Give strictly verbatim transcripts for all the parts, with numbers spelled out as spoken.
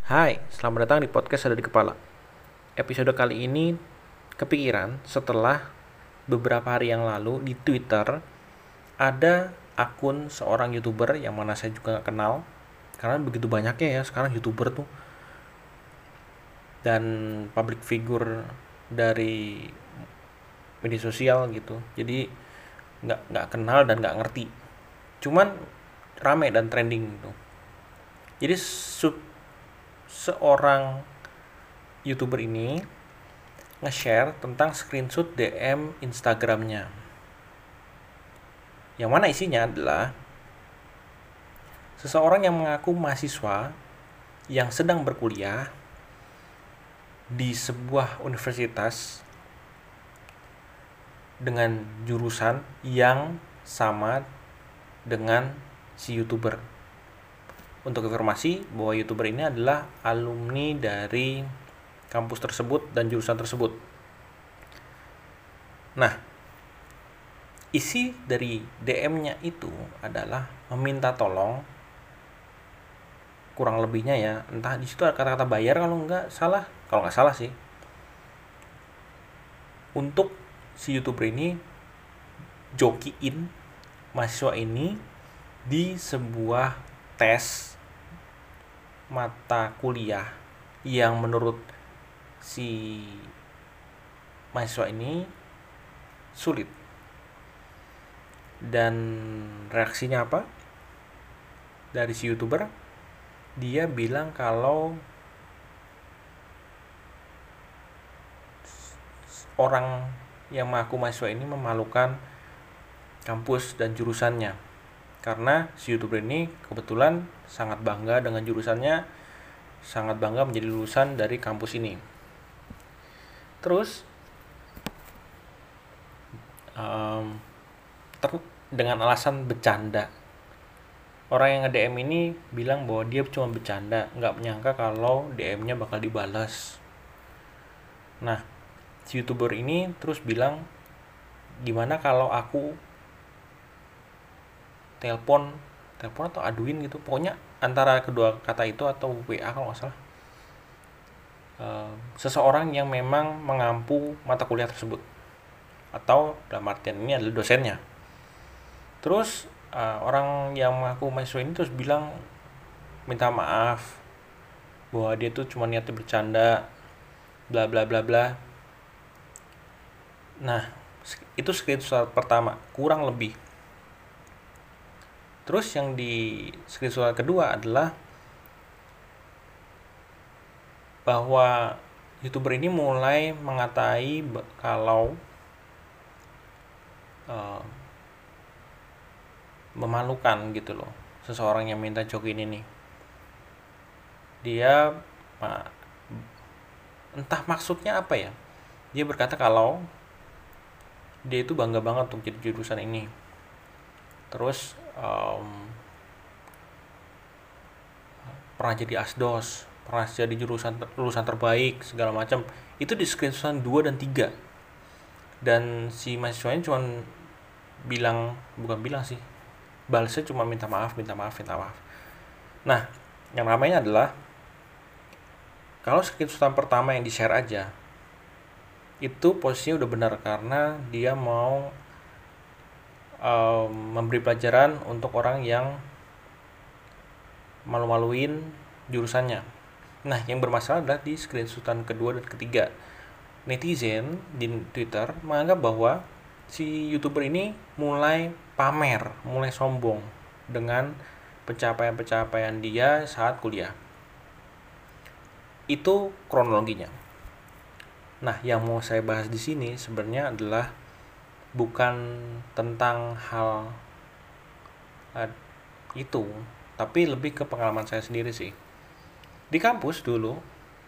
Hai, selamat datang di podcast Ada di Kepala. Episode kali ini kepikiran setelah beberapa hari yang lalu di Twitter ada akun seorang YouTuber yang mana saya juga gak kenal. Karena begitu banyaknya ya sekarang YouTuber tuh. Dan public figure dari media sosial gitu. Jadi gak, gak kenal dan gak ngerti. Cuman rame dan trending gitu. Jadi sub, seorang YouTuber ini nge-share tentang screenshot D M Instagramnya. Yang mana isinya adalah seseorang yang mengaku mahasiswa yang sedang berkuliah di sebuah universitas dengan jurusan yang sama dengan si YouTuber. Untuk informasi bahwa YouTuber ini adalah alumni dari kampus tersebut dan jurusan tersebut. Nah, isi dari D M-nya itu adalah meminta tolong, kurang lebihnya ya, entah di situ ada kata-kata bayar kalau nggak salah, kalau nggak salah sih, untuk si YouTuber ini jokiin mahasiswa ini di sebuah tes mata kuliah yang menurut si mahasiswa ini sulit. Dan reaksinya apa? Dari si YouTuber, dia bilang kalau orang yang mengaku mahasiswa ini memalukan kampus dan jurusannya. Karena si YouTuber ini kebetulan sangat bangga dengan jurusannya, sangat bangga menjadi lulusan dari kampus ini. Terus um, ter- dengan alasan bercanda, orang yang nge-D M ini bilang bahwa dia cuma bercanda, nggak menyangka kalau D M-nya bakal dibalas. Nah, si YouTuber ini terus bilang, gimana kalau aku telepon telepon atau aduin gitu, pokoknya antara kedua kata itu atau W A kalau nggak salah, uh, seseorang yang memang mengampu mata kuliah tersebut, atau dalam artian ini adalah dosennya. Terus uh, orang yang mengaku mahasiswa ini terus bilang minta maaf bahwa dia tuh cuma niatnya bercanda, bla bla bla bla. Nah, itu screenshot pertama, kurang lebih. Terus yang di screenshot kedua adalah bahwa YouTuber ini mulai mengatai kalau uh, memalukan gitu loh seseorang yang minta jokin ini. Dia uh, entah maksudnya apa ya, dia berkata kalau dia itu bangga banget untuk jadi jurusan ini. Terus um, pernah jadi asdos, pernah jadi jurusan lulusan terbaik segala macam. Itu di screenshot dua dan tiga. Dan si mahasiswanya cuma bilang, bukan bilang sih, balasnya cuma minta maaf, minta maaf, minta maaf. Nah, yang namanya adalah kalau screenshot pertama yang di-share aja, itu posisinya udah benar karena dia mau um, memberi pelajaran untuk orang yang malu-maluin jurusannya. Nah, yang bermasalah adalah di screenshotan kedua dan ketiga. Netizen di Twitter menganggap bahwa si YouTuber ini mulai pamer, mulai sombong dengan pencapaian-pencapaian dia saat kuliah. Itu kronologinya. Nah, yang mau saya bahas di sini sebenarnya adalah bukan tentang hal uh, itu, tapi lebih ke pengalaman saya sendiri sih. Di kampus dulu,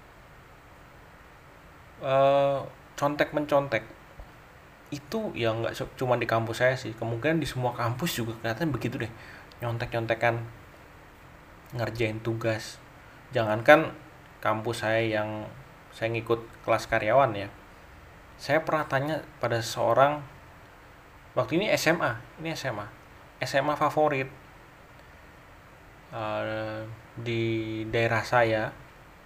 uh, contek mencontek itu ya nggak cuma di kampus saya sih, kemungkinan di semua kampus juga kelihatan begitu deh, nyontek-nyontekan ngerjain tugas. Jangankan kampus saya yang saya ngikut kelas karyawan ya, saya pernah tanya pada seorang, waktu ini S M A, ini S M A, S M A favorit uh, di daerah saya,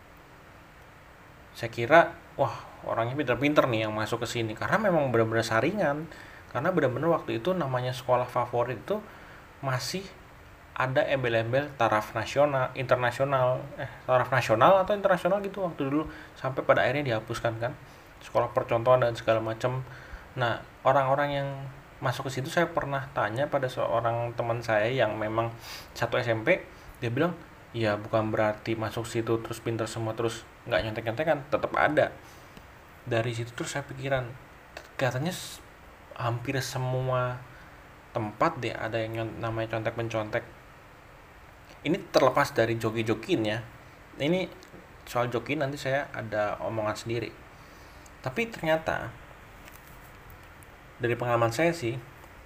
Saya kira wah orangnya pinter-pinter nih yang masuk ke sini, karena memang benar-benar saringan. Karena benar-benar waktu itu namanya sekolah favorit itu masih ada embel-embel taraf nasional, internasional, eh taraf nasional atau internasional gitu waktu dulu, sampai pada akhirnya dihapuskan kan. Sekolah percontohan dan segala macam. Nah, orang-orang yang masuk ke situ, saya pernah tanya pada seorang teman saya yang memang satu S M P, dia bilang, ya bukan berarti masuk situ terus pinter semua terus nggak nyontek-nyontek kan, tetap ada. Dari situ terus saya pikiran, katanya hampir semua tempat deh ada yang namanya contek mencontek. Ini terlepas dari joki-jokin ya, ini soal joki nanti saya ada omongan sendiri. Tapi ternyata dari pengalaman saya sih,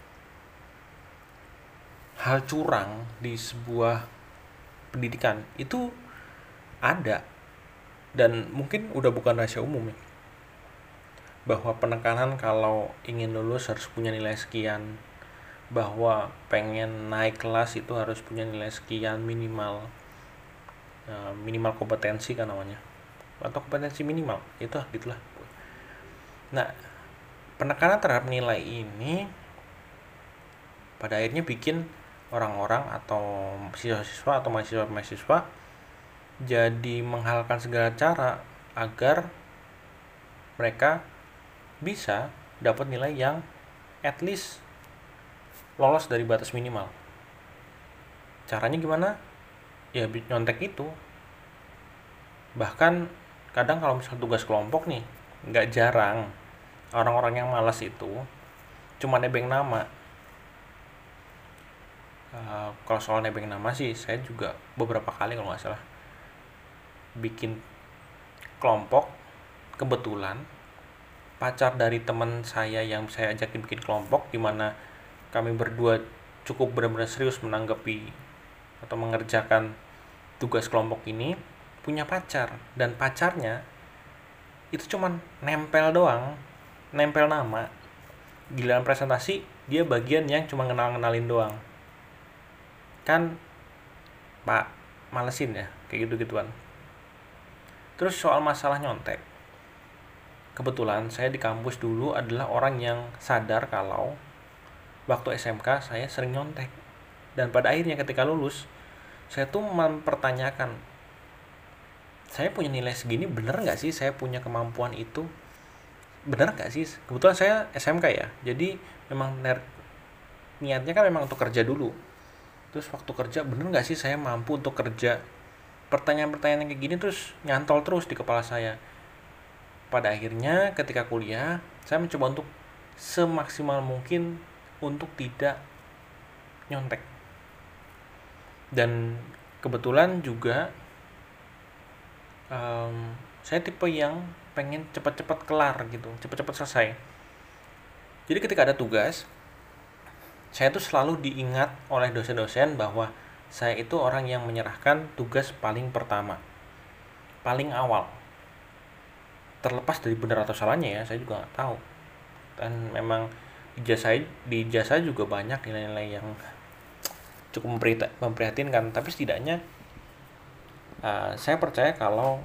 hal curang di sebuah pendidikan itu ada, dan mungkin udah bukan rahasia umum ya, bahwa penekanan kalau ingin lulus harus punya nilai sekian, bahwa pengen naik kelas itu harus punya nilai sekian minimal, minimal kompetensi kan namanya, atau kompetensi minimal itu gitulah. Nah, penekanan terhadap nilai ini pada akhirnya bikin orang-orang atau siswa-siswa atau mahasiswa-mahasiswa jadi menghalalkan segala cara agar mereka bisa dapat nilai yang at least lolos dari batas minimal. Caranya gimana? Ya nyontek itu. Bahkan kadang kalau misalnya tugas kelompok nih, nggak jarang orang-orang yang malas itu cuma nebeng nama. Uh, kalau soal nebeng nama sih, saya juga beberapa kali kalau nggak salah bikin kelompok, kebetulan pacar dari teman saya yang saya ajakin bikin kelompok, dimana kami berdua cukup benar-benar serius menanggapi atau mengerjakan tugas kelompok ini, punya pacar, dan pacarnya itu cuman nempel doang, nempel nama. Giliran presentasi dia bagian yang cuma kenal-kenalin doang. Kan Pak, malesin ya kayak gitu-gituan. Terus soal masalah nyontek, kebetulan saya di kampus dulu adalah orang yang sadar kalau waktu S M K saya sering nyontek. Dan pada akhirnya ketika lulus, saya tuh mempertanyakan, saya punya nilai segini, bener gak sih saya punya kemampuan itu? Bener gak sih? Kebetulan saya S M K ya, jadi memang ner- niatnya kan memang untuk kerja dulu. Terus waktu kerja, bener gak sih saya mampu untuk kerja? Pertanyaan-pertanyaan yang kayak gini terus nyantol terus di kepala saya. Pada akhirnya ketika kuliah, saya mencoba untuk semaksimal mungkin untuk tidak nyontek. Dan kebetulan juga um, saya tipe yang pengen cepat-cepat kelar gitu, cepat-cepat selesai. Jadi ketika ada tugas, saya tuh selalu diingat oleh dosen-dosen bahwa saya itu orang yang menyerahkan tugas paling pertama, paling awal. Terlepas dari benar atau salahnya ya, saya juga nggak tahu. Dan memang ijazah di ijazah juga banyak nilai-nilai yang cukup memprihatinkan, tapi setidaknya uh, saya percaya kalau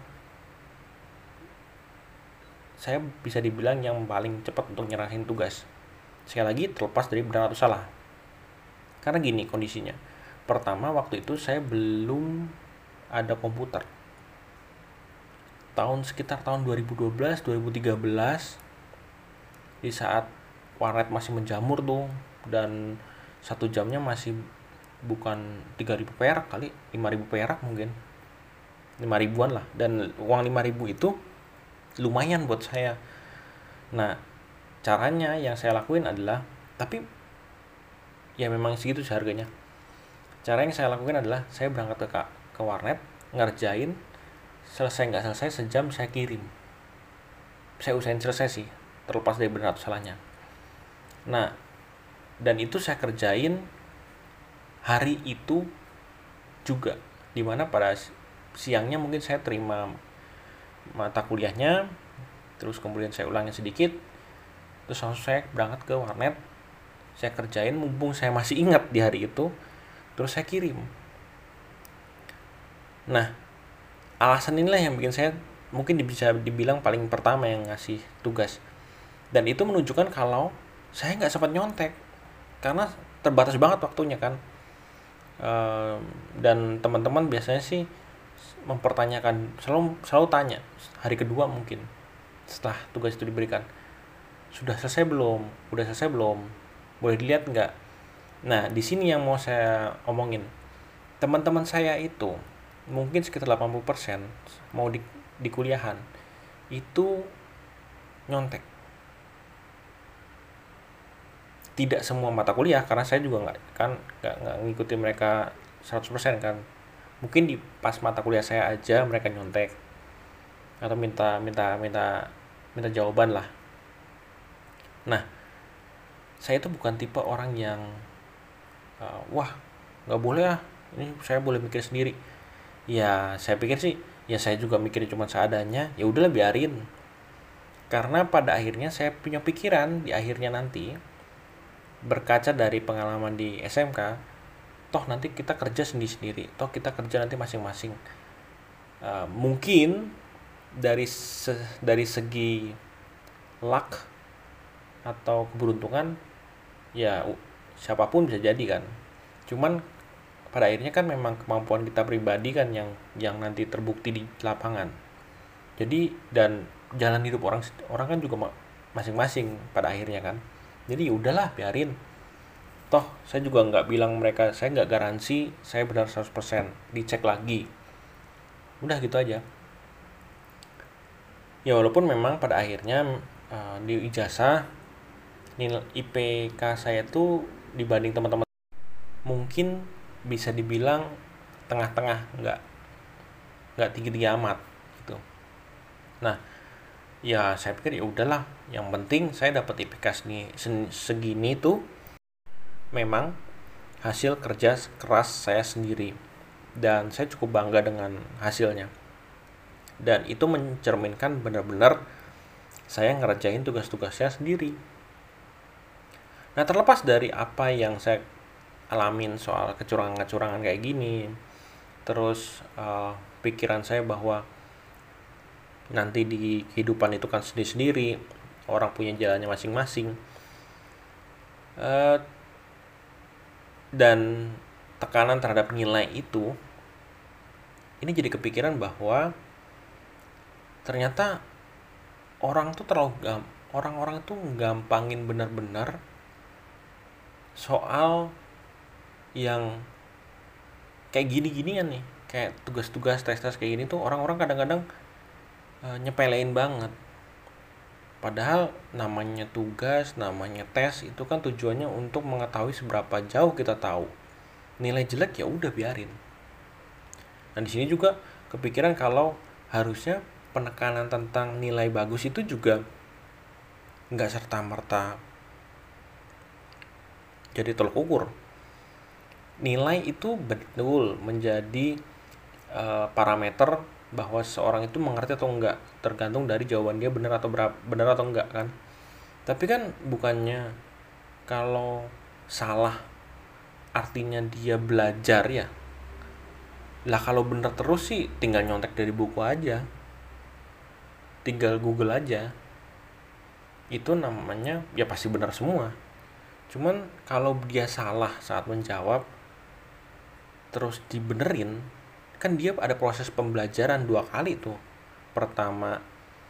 saya bisa dibilang yang paling cepat untuk nyerahin tugas. Sekali lagi, terlepas dari benar atau salah. Karena gini kondisinya. Pertama, waktu itu saya belum ada komputer. Tahun sekitar tahun dua ribu dua belas dua ribu tiga belas, di saat warnet masih menjamur tuh, dan satu jamnya masih bukan tiga ribu perak kali, lima ribu perak mungkin, lima ribuan lah. Dan uang lima ribu itu lumayan buat saya. Nah, caranya yang saya lakuin adalah, tapi ya memang segitu harganya. Cara yang saya lakukan adalah saya berangkat ke ke warnet, ngerjain, selesai nggak selesai sejam saya kirim. Saya usahain selesai sih, terlepas dari benar atau salahnya. Nah, dan itu saya kerjain hari itu juga, dimana pada siangnya mungkin saya terima mata kuliahnya, terus kemudian saya ulangi sedikit, terus langsung saya berangkat ke warnet, saya kerjain mumpung saya masih ingat di hari itu, terus saya kirim. Nah, alasan inilah yang bikin saya mungkin bisa dibilang paling pertama yang ngasih tugas, dan itu menunjukkan kalau saya nggak sempat nyontek karena terbatas banget waktunya kan. Ehm, dan teman-teman biasanya sih mempertanyakan, selalu selalu tanya hari kedua mungkin setelah tugas itu diberikan, sudah selesai belum, udah selesai belum, boleh dilihat nggak. Nah, di sini yang mau saya omongin, teman-teman saya itu mungkin sekitar delapan puluh persen mau di, di kuliahan itu nyontek. Tidak semua mata kuliah, karena saya juga nggak kan nggak nggak ngikutin mereka seratus persen kan. Mungkin di pas mata kuliah saya aja mereka nyontek atau minta minta minta minta jawaban lah. Nah, saya itu bukan tipe orang yang uh, wah nggak boleh ah, ini saya boleh mikir sendiri. Ya saya pikir sih, ya saya juga mikir cuma seadanya, ya udahlah biarin. Karena pada akhirnya saya punya pikiran di akhirnya nanti, berkaca dari pengalaman di S M K, toh nanti kita kerja sendiri-sendiri, toh kita kerja nanti masing-masing. Uh, mungkin dari se- dari segi luck atau keberuntungan, ya siapapun bisa jadi kan. Cuman pada akhirnya kan memang kemampuan kita pribadi kan yang yang nanti terbukti di lapangan. Jadi dan jalan hidup orang orang kan juga masing-masing pada akhirnya kan. Jadi ya udahlah biarin. Toh saya juga nggak bilang mereka, saya nggak garansi saya benar seratus persen, dicek lagi. Udah gitu aja. Ya walaupun memang pada akhirnya uh, di ijazah nilai I P K saya tuh dibanding teman-teman mungkin bisa dibilang tengah-tengah, nggak nggak tinggi-tinggi amat gitu. Nah, ya saya pikir ya udahlah, yang penting saya dapat I P K segini, segini tuh memang hasil kerja keras saya sendiri, dan saya cukup bangga dengan hasilnya, dan itu mencerminkan benar-benar saya ngerjain tugas-tugasnya sendiri. Nah, terlepas dari apa yang saya alamin soal kecurangan-kecurangan kayak gini, terus uh, pikiran saya bahwa nanti di kehidupan itu kan sendiri-sendiri, orang punya jalannya masing-masing, uh, dan tekanan terhadap nilai itu, ini jadi kepikiran bahwa ternyata orang tuh terlalu gam orang-orang tuh gampangin benar-benar soal yang kayak gini-ginian nih, kayak tugas-tugas tes-tes kayak gini tuh orang-orang kadang-kadang uh, nyepelein banget. Padahal namanya tugas, namanya tes itu kan tujuannya untuk mengetahui seberapa jauh kita tahu. Nilai jelek ya udah biarin. Nah, di sini juga kepikiran kalau harusnya penekanan tentang nilai bagus itu juga nggak serta-merta jadi tolak ukur. Nilai itu betul menjadi uh, parameter bahwa seseorang itu mengerti atau enggak, tergantung dari jawaban dia benar atau berapa, benar atau enggak kan. Tapi kan bukannya kalau salah artinya dia belajar ya. Lah kalau benar terus sih tinggal nyontek dari buku aja, tinggal Google aja, itu namanya ya pasti benar semua. Cuman kalau dia salah saat menjawab terus dibenerin, kan dia ada proses pembelajaran dua kali tuh. Pertama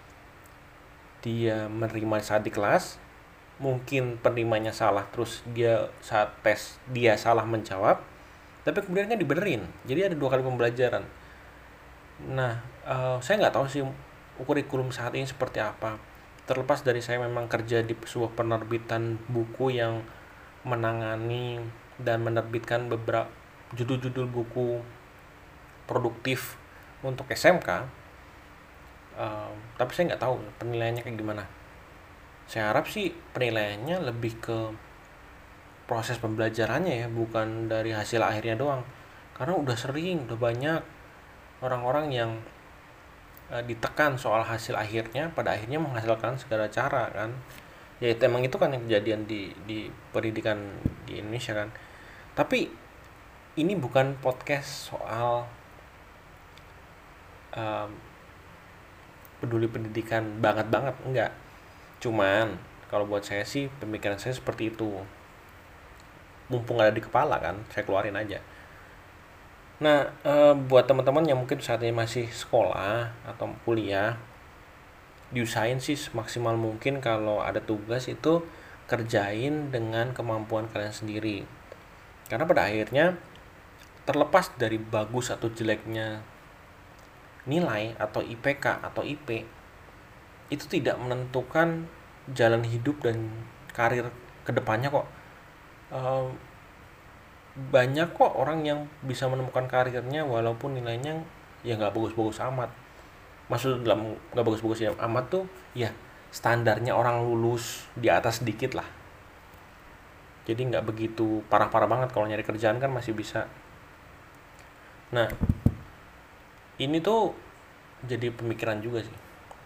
dia menerima saat di kelas, mungkin penerimanya salah, terus dia saat tes dia salah menjawab, tapi kemudian kan dibenerin, jadi ada dua kali pembelajaran. Nah, uh, saya nggak tahu sih kurikulum saat ini seperti apa, terlepas dari saya memang kerja di sebuah penerbitan buku yang menangani dan menerbitkan beberapa judul-judul buku produktif untuk S M K, uh, tapi saya nggak tahu penilaiannya kayak gimana. Saya harap sih penilaiannya lebih ke proses pembelajarannya ya, bukan dari hasil akhirnya doang. Karena udah sering, udah banyak orang-orang yang uh, ditekan soal hasil akhirnya, pada akhirnya menghasilkan segala cara kan. Ya itu emang itu kan yang kejadian di di pendidikan di Indonesia kan. Tapi ini bukan podcast soal um, peduli pendidikan banget-banget, enggak. Cuman kalau buat saya sih pemikiran saya seperti itu. Mumpung ada di kepala kan, saya keluarin aja. Nah, eh, buat teman-teman yang mungkin saat ini masih sekolah atau kuliah, diusahain sih semaksimal mungkin kalau ada tugas itu kerjain dengan kemampuan kalian sendiri. Karena pada akhirnya terlepas dari bagus atau jeleknya nilai atau I P K atau I P, itu tidak menentukan jalan hidup dan karir kedepannya kok. Eh, banyak kok orang yang bisa menemukan karirnya walaupun nilainya ya nggak bagus-bagus amat. Maksud dalam nggak bagus-bagus ya amat tuh ya standarnya orang lulus di atas sedikit lah. Jadi nggak begitu parah-parah banget, kalau nyari kerjaan kan masih bisa. Nah, ini tuh jadi pemikiran juga sih.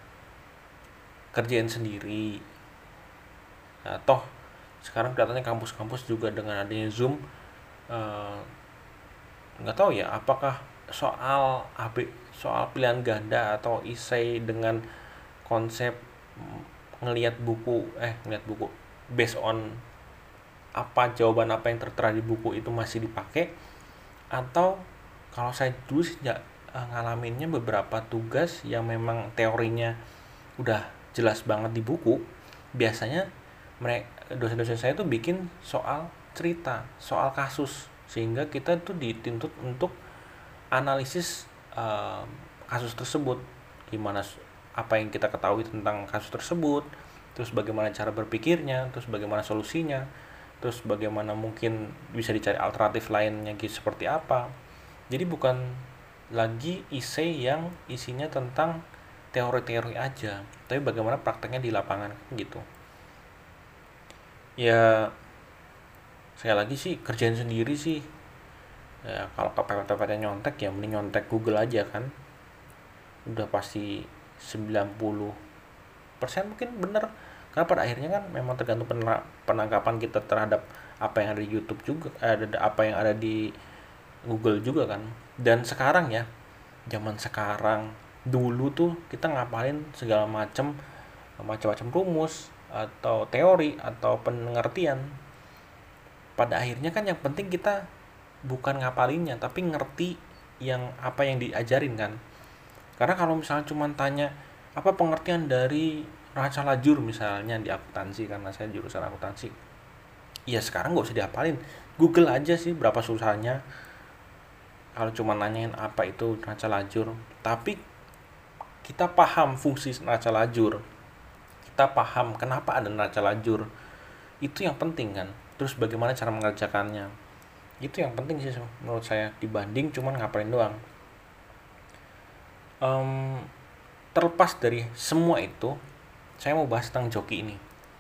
Kerjain sendiri. Nah, toh sekarang kelihatannya kampus-kampus juga dengan adanya Zoom, eh, nggak tahu ya apakah soal A B soal pilihan ganda atau esai dengan konsep ngelihat buku eh ngelihat buku based on apa jawaban apa yang tertera di buku itu masih dipakai, atau kalau saya dulu sih ya, ngalaminnya beberapa tugas yang memang teorinya udah jelas banget di buku, biasanya mereka dosen-dosen saya tuh bikin soal cerita, soal kasus, sehingga kita tuh dituntut untuk analisis uh, kasus tersebut, gimana apa yang kita ketahui tentang kasus tersebut, terus bagaimana cara berpikirnya, terus bagaimana solusinya, terus bagaimana mungkin bisa dicari alternatif lainnya gitu seperti apa. Jadi bukan lagi essay yang isinya tentang teori-teori aja, tapi bagaimana prakteknya di lapangan gitu. Ya saya lagi sih kerjain sendiri sih. Ya kalau kepepet-pepetnya nyontek ya mending nyontek Google aja kan. Udah pasti sembilan puluh persen mungkin bener. Karena pada akhirnya kan memang tergantung penangkapan kita terhadap apa yang ada di YouTube juga, ada apa yang ada di Google juga kan. Dan sekarang ya, zaman sekarang, dulu tuh kita ngapalin segala macam macam-macam rumus atau teori atau pengertian. Pada akhirnya kan yang penting kita bukan ngapalinnya tapi ngerti yang apa yang diajarin kan. Karena kalau misalnya cuma tanya apa pengertian dari raca lajur misalnya di akuntansi, karena saya jurusan akuntansi, ya sekarang nggak usah dihafalin, Google aja sih, berapa susahnya kalau cuma nanyain apa itu raca lajur. Tapi kita paham fungsi raca lajur, kita paham kenapa ada raca lajur, itu yang penting kan. Terus bagaimana cara mengerjakannya, itu yang penting sih menurut saya, dibanding cuma ngapalin doang. Um, terlepas dari semua itu, saya mau bahas tentang joki ini.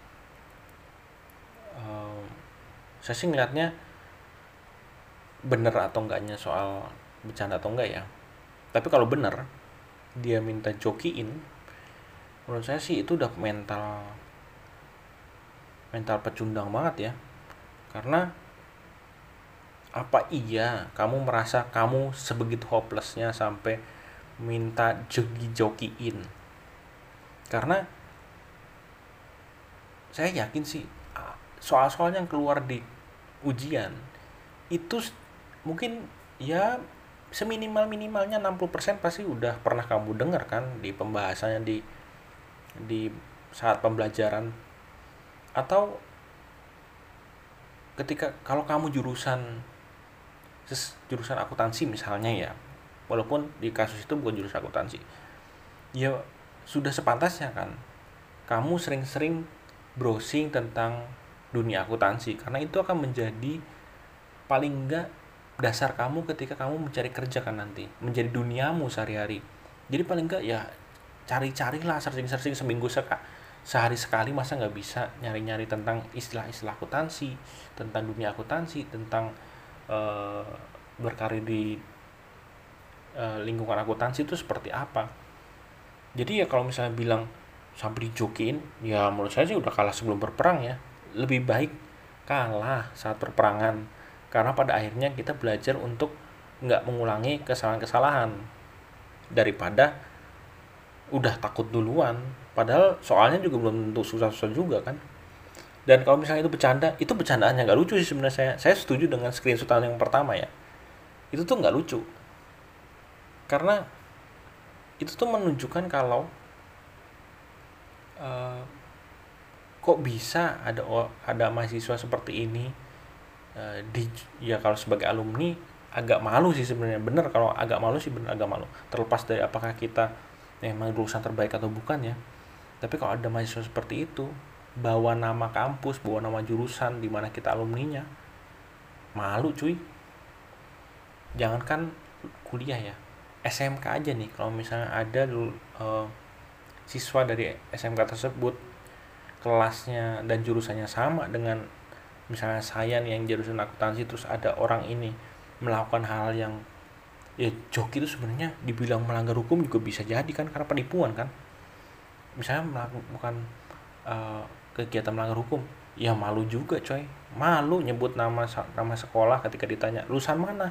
Um, saya sih ngeliatnya bener atau enggaknya soal bercanda atau enggak ya. Tapi kalau bener dia minta jokiin, menurut saya sih itu udah mental mental pecundang banget ya. Karena apa iya kamu merasa kamu sebegitu hopelessnya sampai minta joki-jokiin? Karena saya yakin sih soal-soal yang keluar di ujian itu mungkin ya seminimal-minimalnya enam puluh persen pasti udah pernah kamu dengar kan di pembahasannya di di saat pembelajaran. Atau ketika kalau kamu jurusan jurusan akuntansi misalnya ya, walaupun di kasus itu bukan jurusan akuntansi, ya sudah sepantasnya kan kamu sering-sering browsing tentang dunia akuntansi, karena itu akan menjadi paling enggak dasar kamu ketika kamu mencari kerja kan nanti, menjadi duniamu sehari-hari. Jadi paling enggak ya cari-carilah, searching-searching seminggu seka, sehari sekali, masa nggak bisa nyari-nyari tentang istilah-istilah akuntansi, tentang dunia akuntansi, tentang uh, berkarir di uh, lingkungan akuntansi itu seperti apa. Jadi ya kalau misalnya bilang sampai dijokiin, ya menurut saya sih udah kalah sebelum berperang ya. Lebih baik kalah saat perperangan, karena pada akhirnya kita belajar untuk nggak mengulangi kesalahan-kesalahan daripada udah takut duluan, padahal soalnya juga belum tentu susah-susah juga kan. Dan kalau misalnya itu bercanda, itu bercandaannya nggak lucu sih sebenarnya. saya saya setuju dengan screenshotan yang pertama ya, itu tuh nggak lucu karena itu tuh menunjukkan kalau uh, kok bisa ada ada mahasiswa seperti ini. Uh, di ya kalau sebagai alumni agak malu sih sebenarnya, bener kalau agak malu sih, bener agak malu, terlepas dari apakah kita memang lulusan terbaik atau bukan ya. Tapi kalau ada mahasiswa seperti itu bawa nama kampus, bawa nama jurusan di mana kita alumninya, malu cuy. Jangankan kuliah ya, S M K aja nih, kalau misalnya ada dulu uh, siswa dari S M K tersebut kelasnya dan jurusannya sama dengan misalnya saya nih yang jurusan akuntansi, terus ada orang ini melakukan hal yang ya joki, itu sebenarnya dibilang melanggar hukum juga bisa jadi kan, karena penipuan kan. Misalnya melakukan uh, kegiatan melanggar hukum, ya malu juga coy, malu nyebut nama nama sekolah ketika ditanya lulusan mana.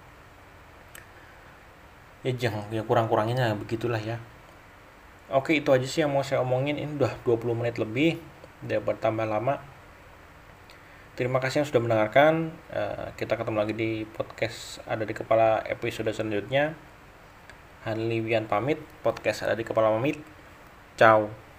Ya jangan, ya kurang-kuranginnya begitulah ya. Oke, itu aja sih yang mau saya omongin. Ini udah dua puluh menit lebih, udah bertambah lama. Terima kasih yang sudah mendengarkan. Uh, kita ketemu lagi di podcast Ada di Kepala episode selanjutnya. Hanli Wian pamit, podcast Ada di Kepala pamit. Ciao.